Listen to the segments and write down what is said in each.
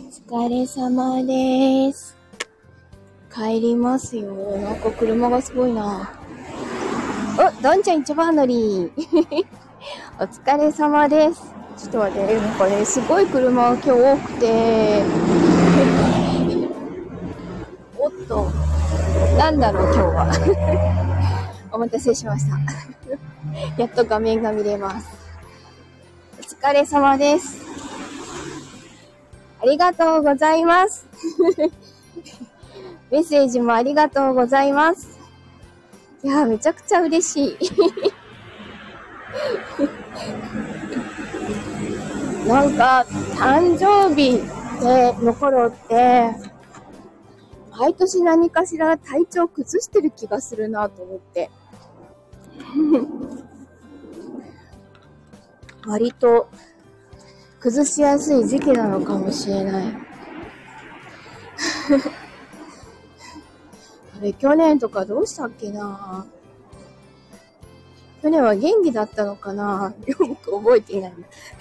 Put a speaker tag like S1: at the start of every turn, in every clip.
S1: 疲れ様です。帰りますよ。なんか車がすごいな。お、どんちゃん一番乗り。お疲れ様です。ちょっと待って、なんかね、すごい車が今日多くて。おっと、なんだろう今日は。お待たせしました。やっと画面が見れます。お疲れ様です。ありがとうございます。メッセージもありがとうございます。いやー、めちゃくちゃ嬉しい。なんか、誕生日の頃って、毎年何かしら体調崩してる気がするなと思って。割と崩しやすい時期なのかもしれない。あれ、去年とかどうしたっけな。去年は元気だったのかな。よく覚えていない。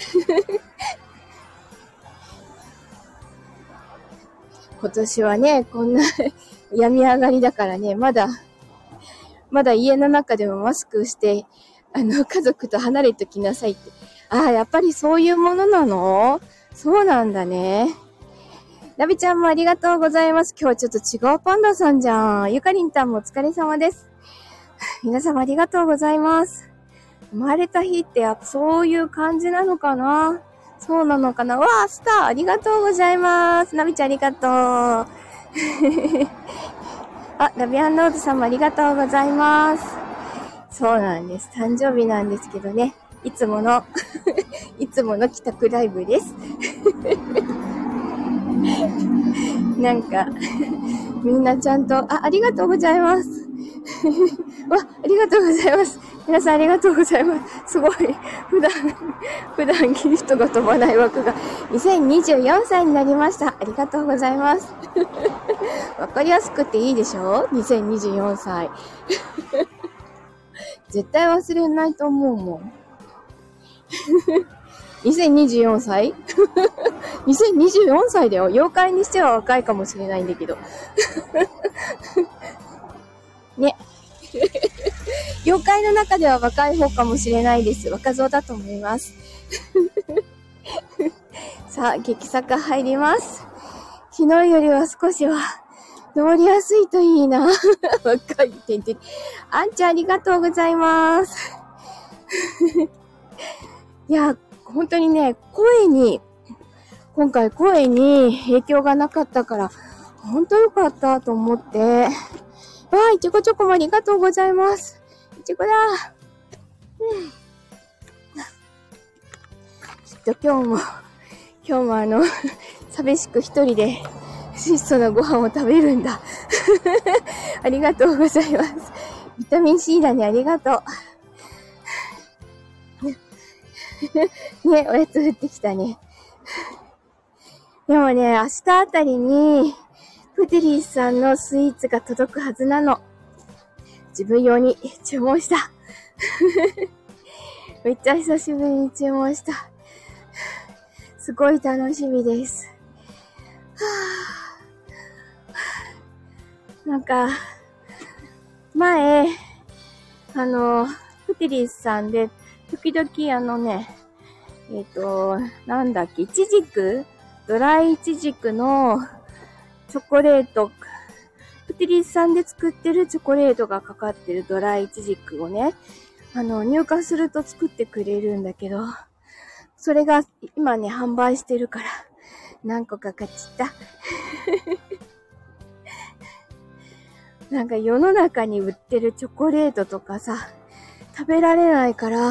S1: 今年はね、こんな病み上がりだからね、まだ家の中でもマスクして、家族と離れときなさいって。ああ、やっぱりそういうものなの？そうなんだね。ラビちゃんもありがとうございます。今日はちょっと違うパンダさんじゃん。ゆかりんたんもお疲れ様です。皆様ありがとうございます。生まれた日ってそういう感じなのかな？そうなのかな？わー、スターありがとうございます。ナビちゃんありがとう。あ、ラビアンローズさんもありがとうございます。そうなんです。誕生日なんですけどね。いつもの帰宅ライブです。なんか、みんなちゃんと、ありがとうございます。わ、ありがとうございます。皆さんありがとうございます。すごい。普段ギフトが飛ばない枠が2024歳になりました。ありがとうございます。わかりやすくていいでしょ ?2024 歳。絶対忘れないと思うもん。2024歳 ?2024 歳だよ。妖怪にしては若いかもしれないんだけど。ね。妖怪の中では若い方かもしれないです。若造だと思います。さあ、激坂入ります。昨日よりは少しは登りやすいといいな。若いてんてん。あんちゃんありがとうございます。いや、本当にね、今回声に影響がなかったから、本当良かったと思って。わー、いちごチョコもありがとうございます。いちごだ。きっと今日も寂しく一人で質素なご飯を食べるんだ。ありがとうございます。ビタミン C だね、ありがとう。ね、おやつ降ってきたね。でもね、明日あたりに、プテリーさんのスイーツが届くはずなの。自分用に注文した。めっちゃ久しぶりに注文した。すごい楽しみです。なんか、前、プテリーさんで、時々なんだっけ、ドライイチジクのチョコレート、プテリスさんで作ってるチョコレートがかかってるドライイチジクをね、入荷すると作ってくれるんだけど、それが今ね、販売してるから、何個か買っちゃった。なんか世の中に売ってるチョコレートとかさ、食べられないから、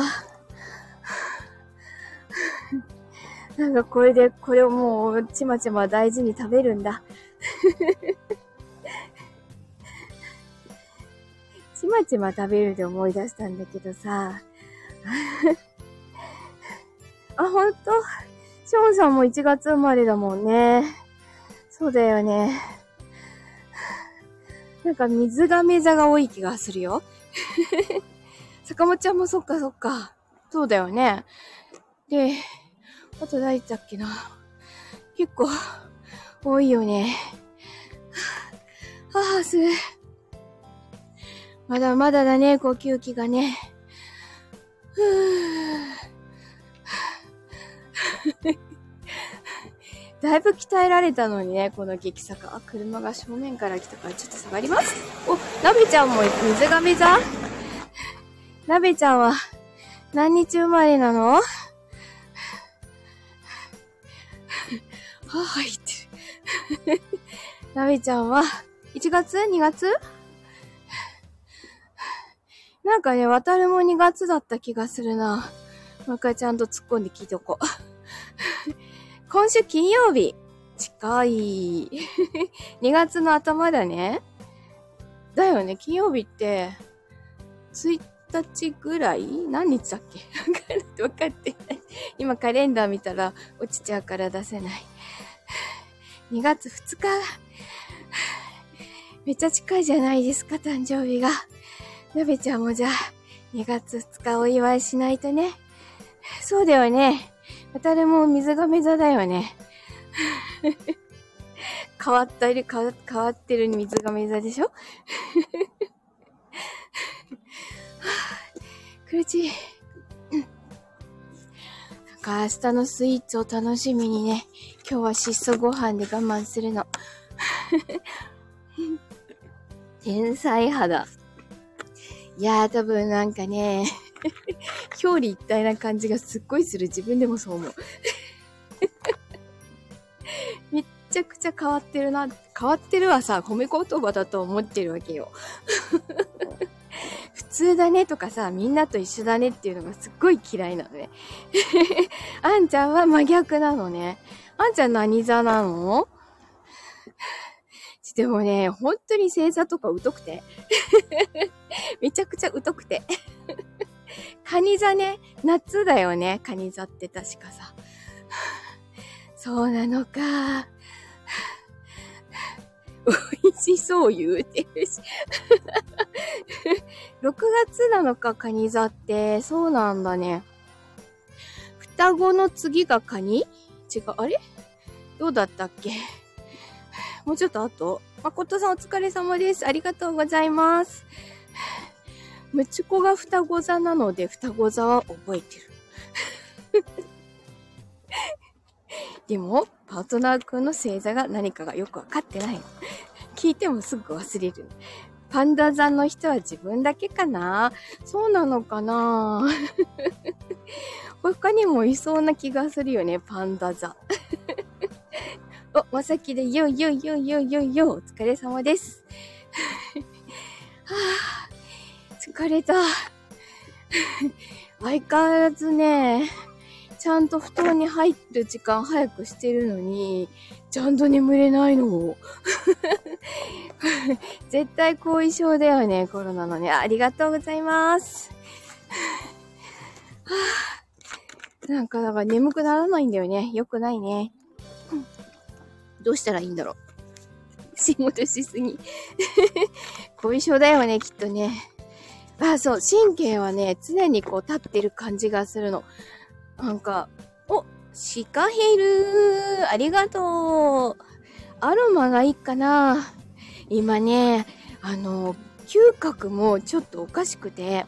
S1: なんかこれをもうちまちま大事に食べるんだ。ちまちま食べるで思い出したんだけどさ。あ、ほんと？ショーンさんも1月生まれだもんね。そうだよね。なんか水亀座が多い気がするよ。坂本ちゃんもそっか。そうだよね。で、あと誰だっけな。結構、 多いよね。はぁ、する。まだまだだね、呼吸器がね。だいぶ鍛えられたのにね、この激坂。あ、車が正面から来たからちょっと下がります。お、なべちゃんも水亀座？なべちゃんは何日生まれなの？はぁ、入ってる。なべちゃんは1月 ?2 月？なんかね、渡るも2月だった気がするな。もう一回ちゃんと突っ込んで聞いておこう。今週金曜日。近い。2月の頭だね。だよね、金曜日って、1日ぐらい？何日だっけ？わかってない。今カレンダー見たら落ちちゃうから出せない。2月2日。めっちゃ近いじゃないですか、誕生日が。なべちゃんもじゃあ、2月2日お祝いしないとね。そうだよね。渡るも水亀座だよね。変わってる水亀座でしょ？苦しい。なんか明日のスイーツを楽しみにね、今日は質素ご飯で我慢するの。天才肌。いやー多分なんかね、表裏一体な感じがすっごいする。自分でもそう思う。めっちゃくちゃ変わってるな。変わってるはさ、褒め言葉だと思ってるわけよ。普通だねとかさ、みんなと一緒だねっていうのがすっごい嫌いなのね。あんちゃんは真逆なのね。あんちゃん何座なの？でもね、本当に星座とか疎くて。めちゃくちゃ疎くて。蟹座ね、夏だよね、蟹座って確かさ。そうなのか。美味しそう言うてるし。6月なのか、蟹座って。そうなんだね。双子の次が蟹？違う、あれ？どうだったっけ？もうちょっと後。誠さんお疲れ様です。ありがとうございます。むちこが双子座なので、双子座は覚えてる。でも、パートナーくんの星座が何かがよくわかってないの。聞いてもすぐ忘れる。パンダ座の人は自分だけかな？そうなのかな？他にもいそうな気がするよね、パンダ座。お、まさきでよお疲れ様です。はぁ、疲れた。相変わらずね、ちゃんと布団に入る時間早くしてるのに、ちゃんと眠れないの。絶対後遺症だよね、コロナのね。ありがとうございます。はぁ、なんか眠くならないんだよね。よくないね。どうしたらいいんだろう。仕事しすぎ。後遺症だよね、きっとね。あ、そう、神経はね、常にこう立ってる感じがするの。なんか、お、シカヘルありがとう。アロマがいいかな。今ね、嗅覚もちょっとおかしくて、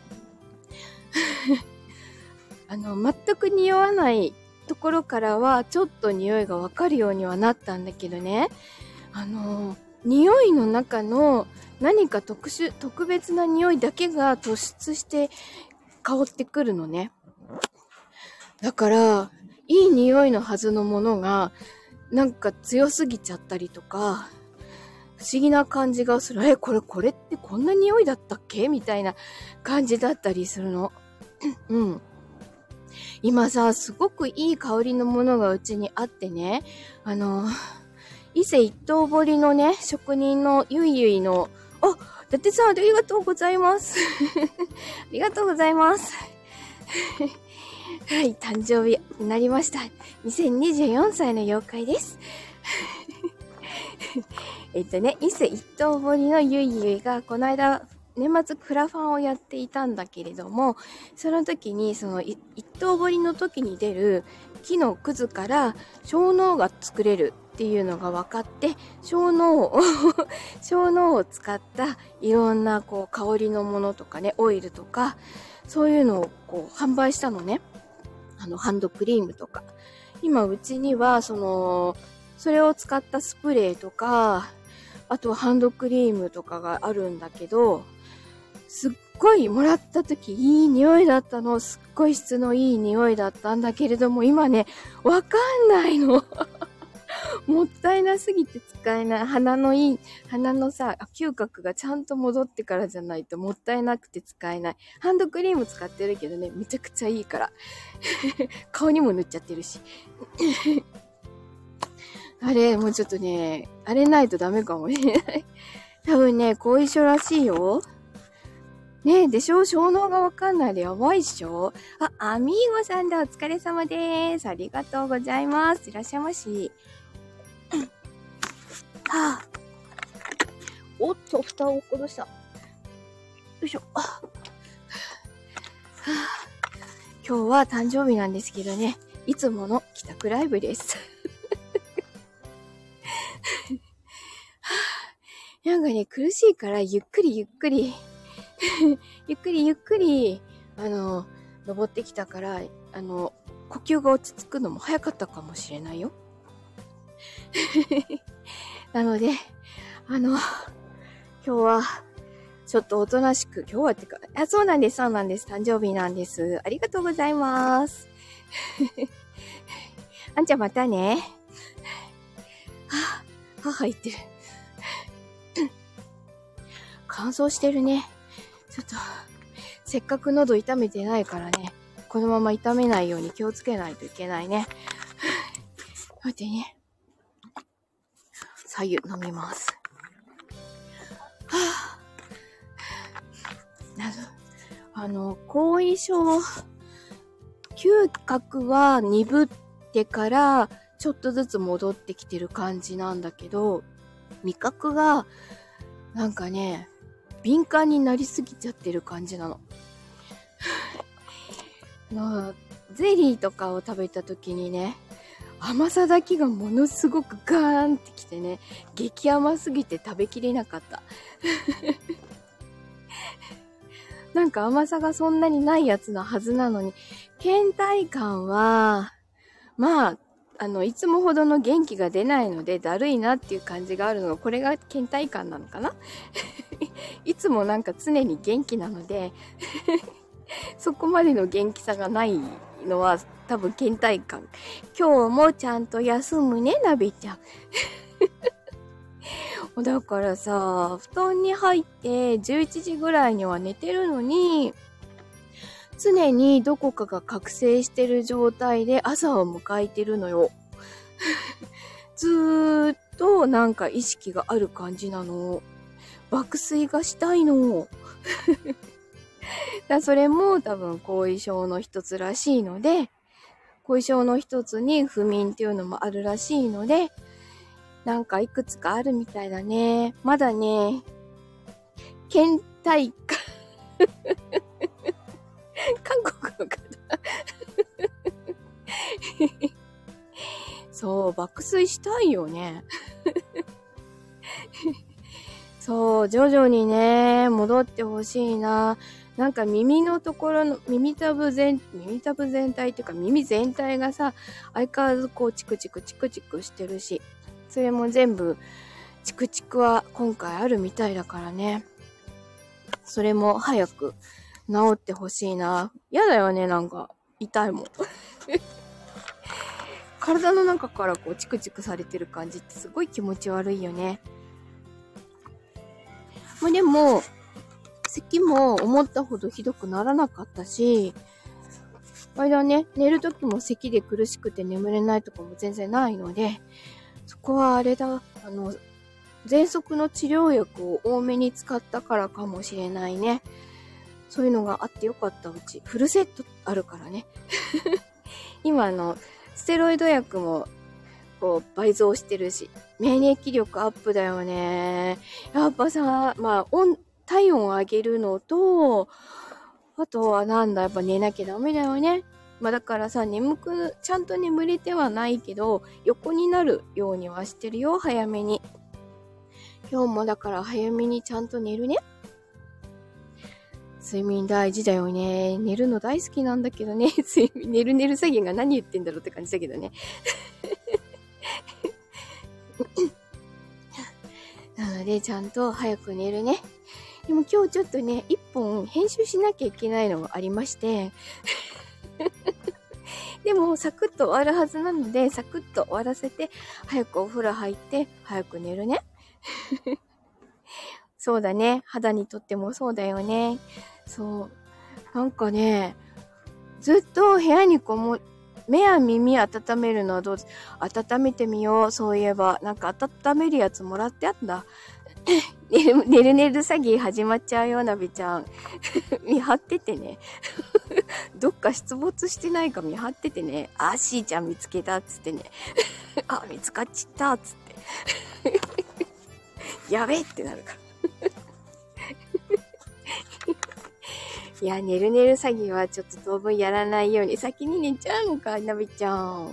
S1: 全く匂わないところからはちょっと匂いがわかるようにはなったんだけどね、匂いの中の何か特別な匂いだけが突出して香ってくるのね。だからいい匂いのはずのものがなんか強すぎちゃったりとか、不思議な感じがする。これってこんな匂いだったっけみたいな感じだったりするの。うん。今さ、すごくいい香りのものがうちにあってね、伊勢一刀彫りのね、職人のゆいゆいの、あ、伊達さんありがとうございます。ありがとうございます。はい、誕生日になりました。2024歳の妖怪です。伊勢一刀彫りのゆいゆいが、この間、年末クラファンをやっていたんだけれども、その時にその一刀彫りの時に出る木のくずから小脳が作れるっっていうのが分かって、小脳を使ったいろんなこう香りのものとかね、オイルとか、そういうのをこう販売したのね。ハンドクリームとか。今うちにはそれを使ったスプレーとか、あとハンドクリームとかがあるんだけど、すっごいもらった時いい匂いだったの。すっごい質のいい匂いだったんだけれども、今ね、わかんないの。もったいなすぎて使えない。鼻のさ、嗅覚がちゃんと戻ってからじゃないともったいなくて使えない。ハンドクリーム使ってるけどね、めちゃくちゃいいから。顔にも塗っちゃってるし。あれ、もうちょっとね、あれないとダメかもしれない。多分ね、後遺症らしいよ。ねえ、でしょ？小脳がわかんないでやばいっしょ？あ、アミーゴさんだ。お疲れ様です。ありがとうございます。いらっしゃいまし。はぁ、おっと、蓋を落っことした。よいしょ。はぁ、今日は誕生日なんですけどね、いつもの帰宅ライブです。なんかね、苦しいからゆっくり登ってきたから、呼吸が落ち着くのも早かったかもしれないよ。なので、今日は、ちょっとおとなしく、今日はってか、そうなんです。誕生日なんです。ありがとうございます。あんちゃんまたね。母言ってる。乾燥してるね。ちょっと、せっかく喉痛めてないからね、このまま痛めないように気をつけないといけないね。待ってね。左右飲みます。後遺症、嗅覚は鈍ってからちょっとずつ戻ってきてる感じなんだけど、味覚がなんかね、敏感になりすぎちゃってる感じなの。ゼリーとかを食べた時にね、甘さだけがものすごくガーンってきてね、激甘すぎて食べきれなかった。なんか甘さがそんなにないやつのはずなのに、倦怠感は、まあ、いつもほどの元気が出ないので、だるいなっていう感じがあるのが、これが倦怠感なのかな。いつもなんか常に元気なので、そこまでの元気さがないのは多分倦怠感。今日もちゃんと休むね、なべちゃん。だからさ、布団に入って11時ぐらいには寝てるのに、常にどこかが覚醒してる状態で朝を迎えてるのよ。ずーっとなんか意識がある感じなの。爆睡がしたいの。それも多分後遺症の一つらしいので、後遺症の一つに不眠っていうのもあるらしいので、なんかいくつかあるみたいだね。まだね、倦怠感。韓国の方。そう、爆睡したいよね。そう、徐々にね、戻ってほしいな。なんか耳のところの、耳たぶ全体っていうか耳全体がさ、相変わらずこうチクチクしてるし、それも全部、チクチクは今回あるみたいだからね。それも早く治ってほしいな。やだよね、なんか、痛いもん。体の中からこうチクチクされてる感じってすごい気持ち悪いよね。まあでも、咳も思ったほどひどくならなかったし、あれだね、寝るときも咳で苦しくて眠れないとかも全然ないので、そこはあれだ、喘息の治療薬を多めに使ったからかもしれないね。そういうのがあってよかった。うちフルセットあるからね。今ステロイド薬もこう倍増してるし、免疫力アップだよね。やっぱさ、まあ体温を上げるのと、あとはなんだ、やっぱ寝なきゃダメだよね。 まあだからさ、ちゃんと眠れてはないけど、横になるようにはしてるよ、早めに。今日もだから早めにちゃんと寝るね。睡眠大事だよね。寝るの大好きなんだけどね。寝る詐欺が何言ってんだろうって感じだけどね。なので、ちゃんと早く寝るね。でも今日ちょっとね、一本編集しなきゃいけないのがありまして。でも、サクッと終わるはずなので、サクッと終わらせて、早くお風呂入って、早く寝るね。そうだね。肌にとってもそうだよね。そう。なんかね、ずっと部屋に目や耳温めるのはどうです？温めてみよう。そういえば、なんか温めるやつもらってあった。寝る詐欺始まっちゃうよ、なべちゃん。見張っててね。どっか出没してないか見張っててね。あ、しーちゃん見つけたっつってね。あ、見つかっちったっつって。やべえってなるから。いや、寝る詐欺はちょっと当分やらないように。先に寝ちゃうのか、なべちゃん。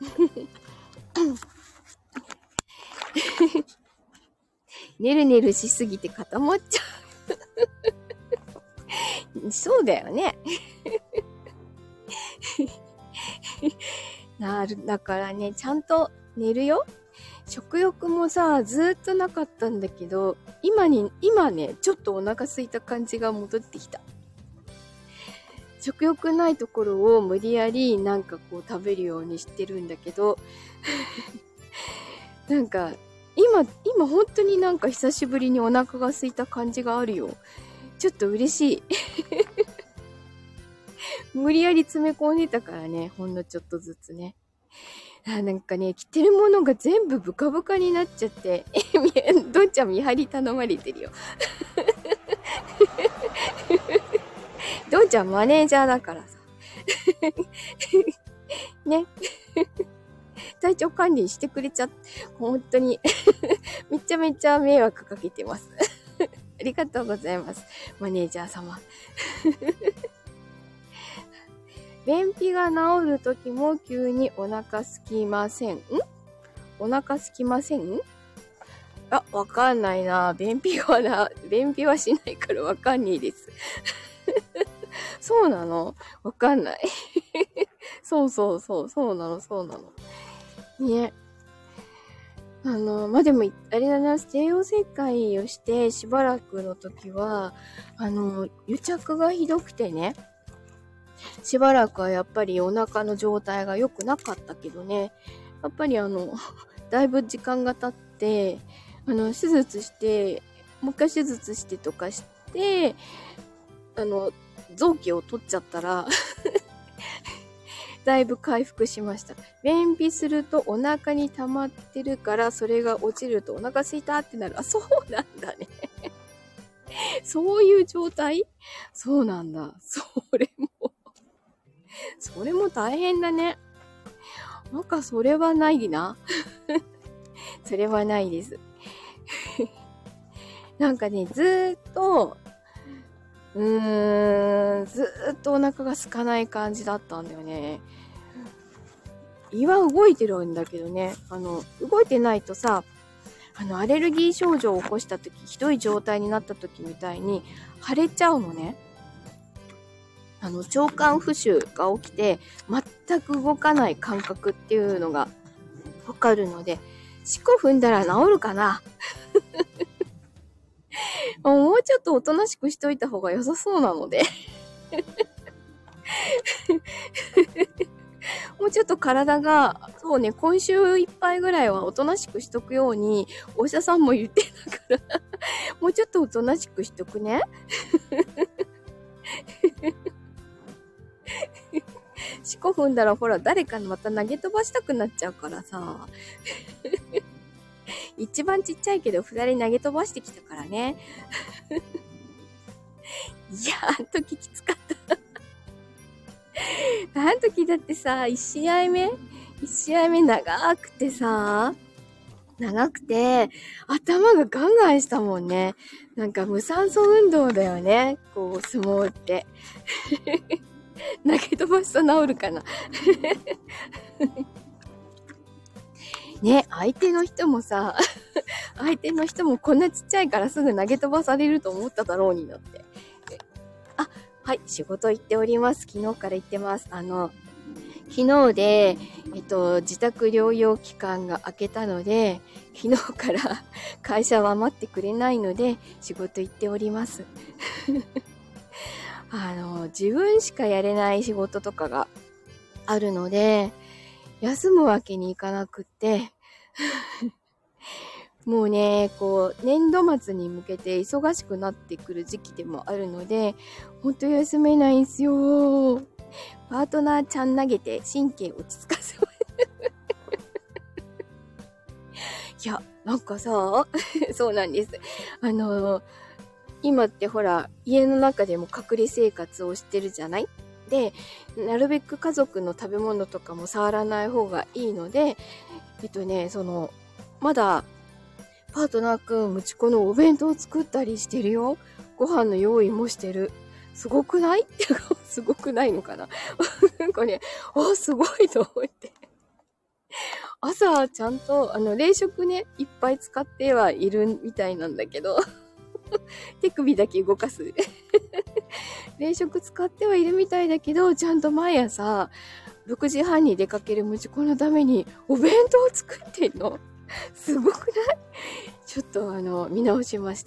S1: 寝るしすぎて固まっちゃう。そうだよね。だからね、ちゃんと寝るよ。食欲もさ、ずーっとなかったんだけど、今ね、ちょっとお腹空いた感じが戻ってきた。食欲ないところを無理やりなんかこう食べるようにしてるんだけど、なんか、今本当になんか久しぶりにお腹が空いた感じがあるよ。ちょっと嬉しい。無理やり詰め込んでたからね、ほんのちょっとずつね。なんかね、着てるものが全部ブカブカになっちゃって、どんちゃん見張り頼まれてるよ。どんちゃんマネージャーだからさ。ね。体調管理してくれちゃって、本当にめちゃめちゃ迷惑かけてます。ありがとうございます。マネージャー様。便秘が治るときも急にお腹空きません。お腹空きません？あ、わかんないな。便秘はしないからわかんないです。そうなの？わかんない。そうなの。ね。まあ、でも、あれだな、帝王切開をしてしばらくの時は、癒着がひどくてね、しばらくはやっぱりお腹の状態が良くなかったけどね、やっぱりだいぶ時間が経って、手術して、もう一回手術してとかして、臓器を取っちゃったら、だいぶ回復しました。便秘するとお腹に溜まってるから、それが落ちるとお腹空いたってなる。あ、そうなんだね。そういう状態？そうなんだ。それも大変だね。なんかそれはないな。それはないです。なんかね、ずーっとお腹が空かない感じだったんだよね。胃は動いてるんだけどね、動いてないとさ、アレルギー症状を起こした時、ひどい状態になった時みたいに腫れちゃうのね。腸管浮腫が起きて、全く動かない感覚っていうのがわかるので、四股踏んだら治るかな。もうちょっとおとなしくしといた方が良さそうなので。もうちょっと体が、そうね、今週いっぱいぐらいはおとなしくしとくように、お医者さんも言ってたから、もうちょっとおとなしくしとくね。四股踏んだらほら、誰かにまた投げ飛ばしたくなっちゃうからさ。一番ちっちゃいけど、二人投げ飛ばしてきたからね。いや、あの時きつかった。あの時だってさ、一試合目長くてさ、頭がガンガンしたもんね。なんか無酸素運動だよね。こう、相撲って。 投げ飛ばすと治るかな。ね、相手の人もこんなちっちゃいからすぐ投げ飛ばされると思っただろうになって。あ、はい、仕事行っております。昨日から行ってます。昨日で、自宅療養期間が明けたので、昨日から会社は待ってくれないので、仕事行っております。自分しかやれない仕事とかがあるので、休むわけにいかなくって、もうね、年度末に向けて忙しくなってくる時期でもあるので、ほんと休めないんすよ。パートナーちゃん投げて神経落ち着かせます。いや、なんかさ、そうなんです。今ってほら、家の中でも隔離生活をしてるじゃない？で、なるべく家族の食べ物とかも触らない方がいいので、まだ、パートナーくん、むちこのお弁当を作ったりしてるよ。ご飯の用意もしてる。すごくない？すごくないのかな。なんかね、すごいと思って。朝、ちゃんと、冷食ね、いっぱい使ってはいるみたいなんだけど、手首だけ動かす。冷食使ってはいるみたいだけど、ちゃんと毎朝、6時半に出かけるむちこのために、お弁当を作ってんの？すごくない？ちょっと見直しました。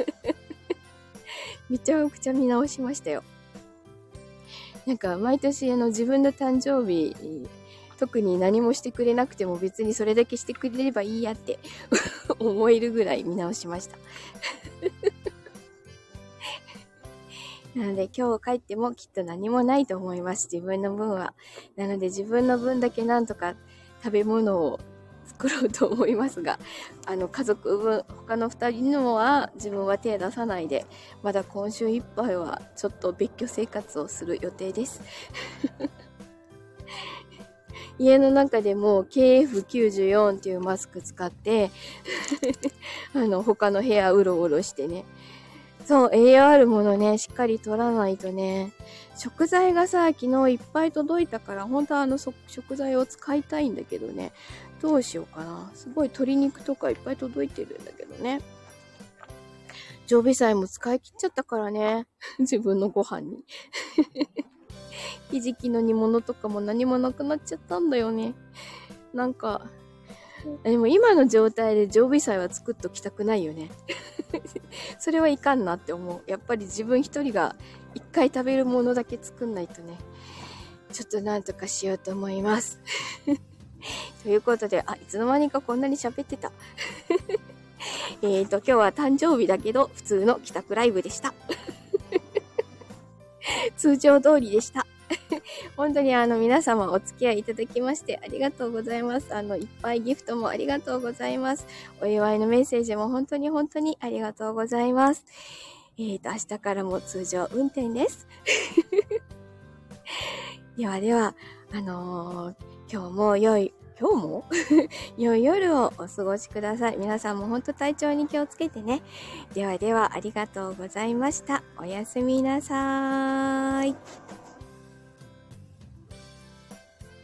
S1: めちゃくちゃ見直しましたよ。なんか毎年自分の誕生日特に何もしてくれなくても別にそれだけしてくれればいいやって思えるぐらい見直しました。なので今日帰ってもきっと何もないと思います。自分の分は。なので自分の分だけなんとか食べ物を作ろうと思いますが、家族分、他の2人のは自分は手出さないで、まだ今週いっぱいはちょっと別居生活をする予定です。家の中でも KF94 っていうマスク使って他の部屋うろうろしてね。そう、栄養あるものね、しっかり取らないとね。食材がさ、昨日いっぱい届いたから、本当は食材を使いたいんだけどね。どうしようかな。すごい鶏肉とかいっぱい届いてるんだけどね。常備菜も使い切っちゃったからね。自分のご飯に。ひじきの煮物とかも何もなくなっちゃったんだよね。なんか、でも今の状態で常備菜は作っときたくないよね。それはいかんなって思う。やっぱり自分一人が一回食べるものだけ作んないとね。ちょっとなんとかしようと思います。ということで、いつの間にかこんなに喋ってた。今日は誕生日だけど普通の帰宅ライブでした。通常通りでした。本当に皆様お付き合いいただきましてありがとうございます。いっぱいギフトもありがとうございます。お祝いのメッセージも本当にありがとうございます。明日からも通常運転です。ではでは、今日も良い夜をお過ごしください。皆さんも本当体調に気をつけてね。ではではありがとうございました。おやすみなさーい。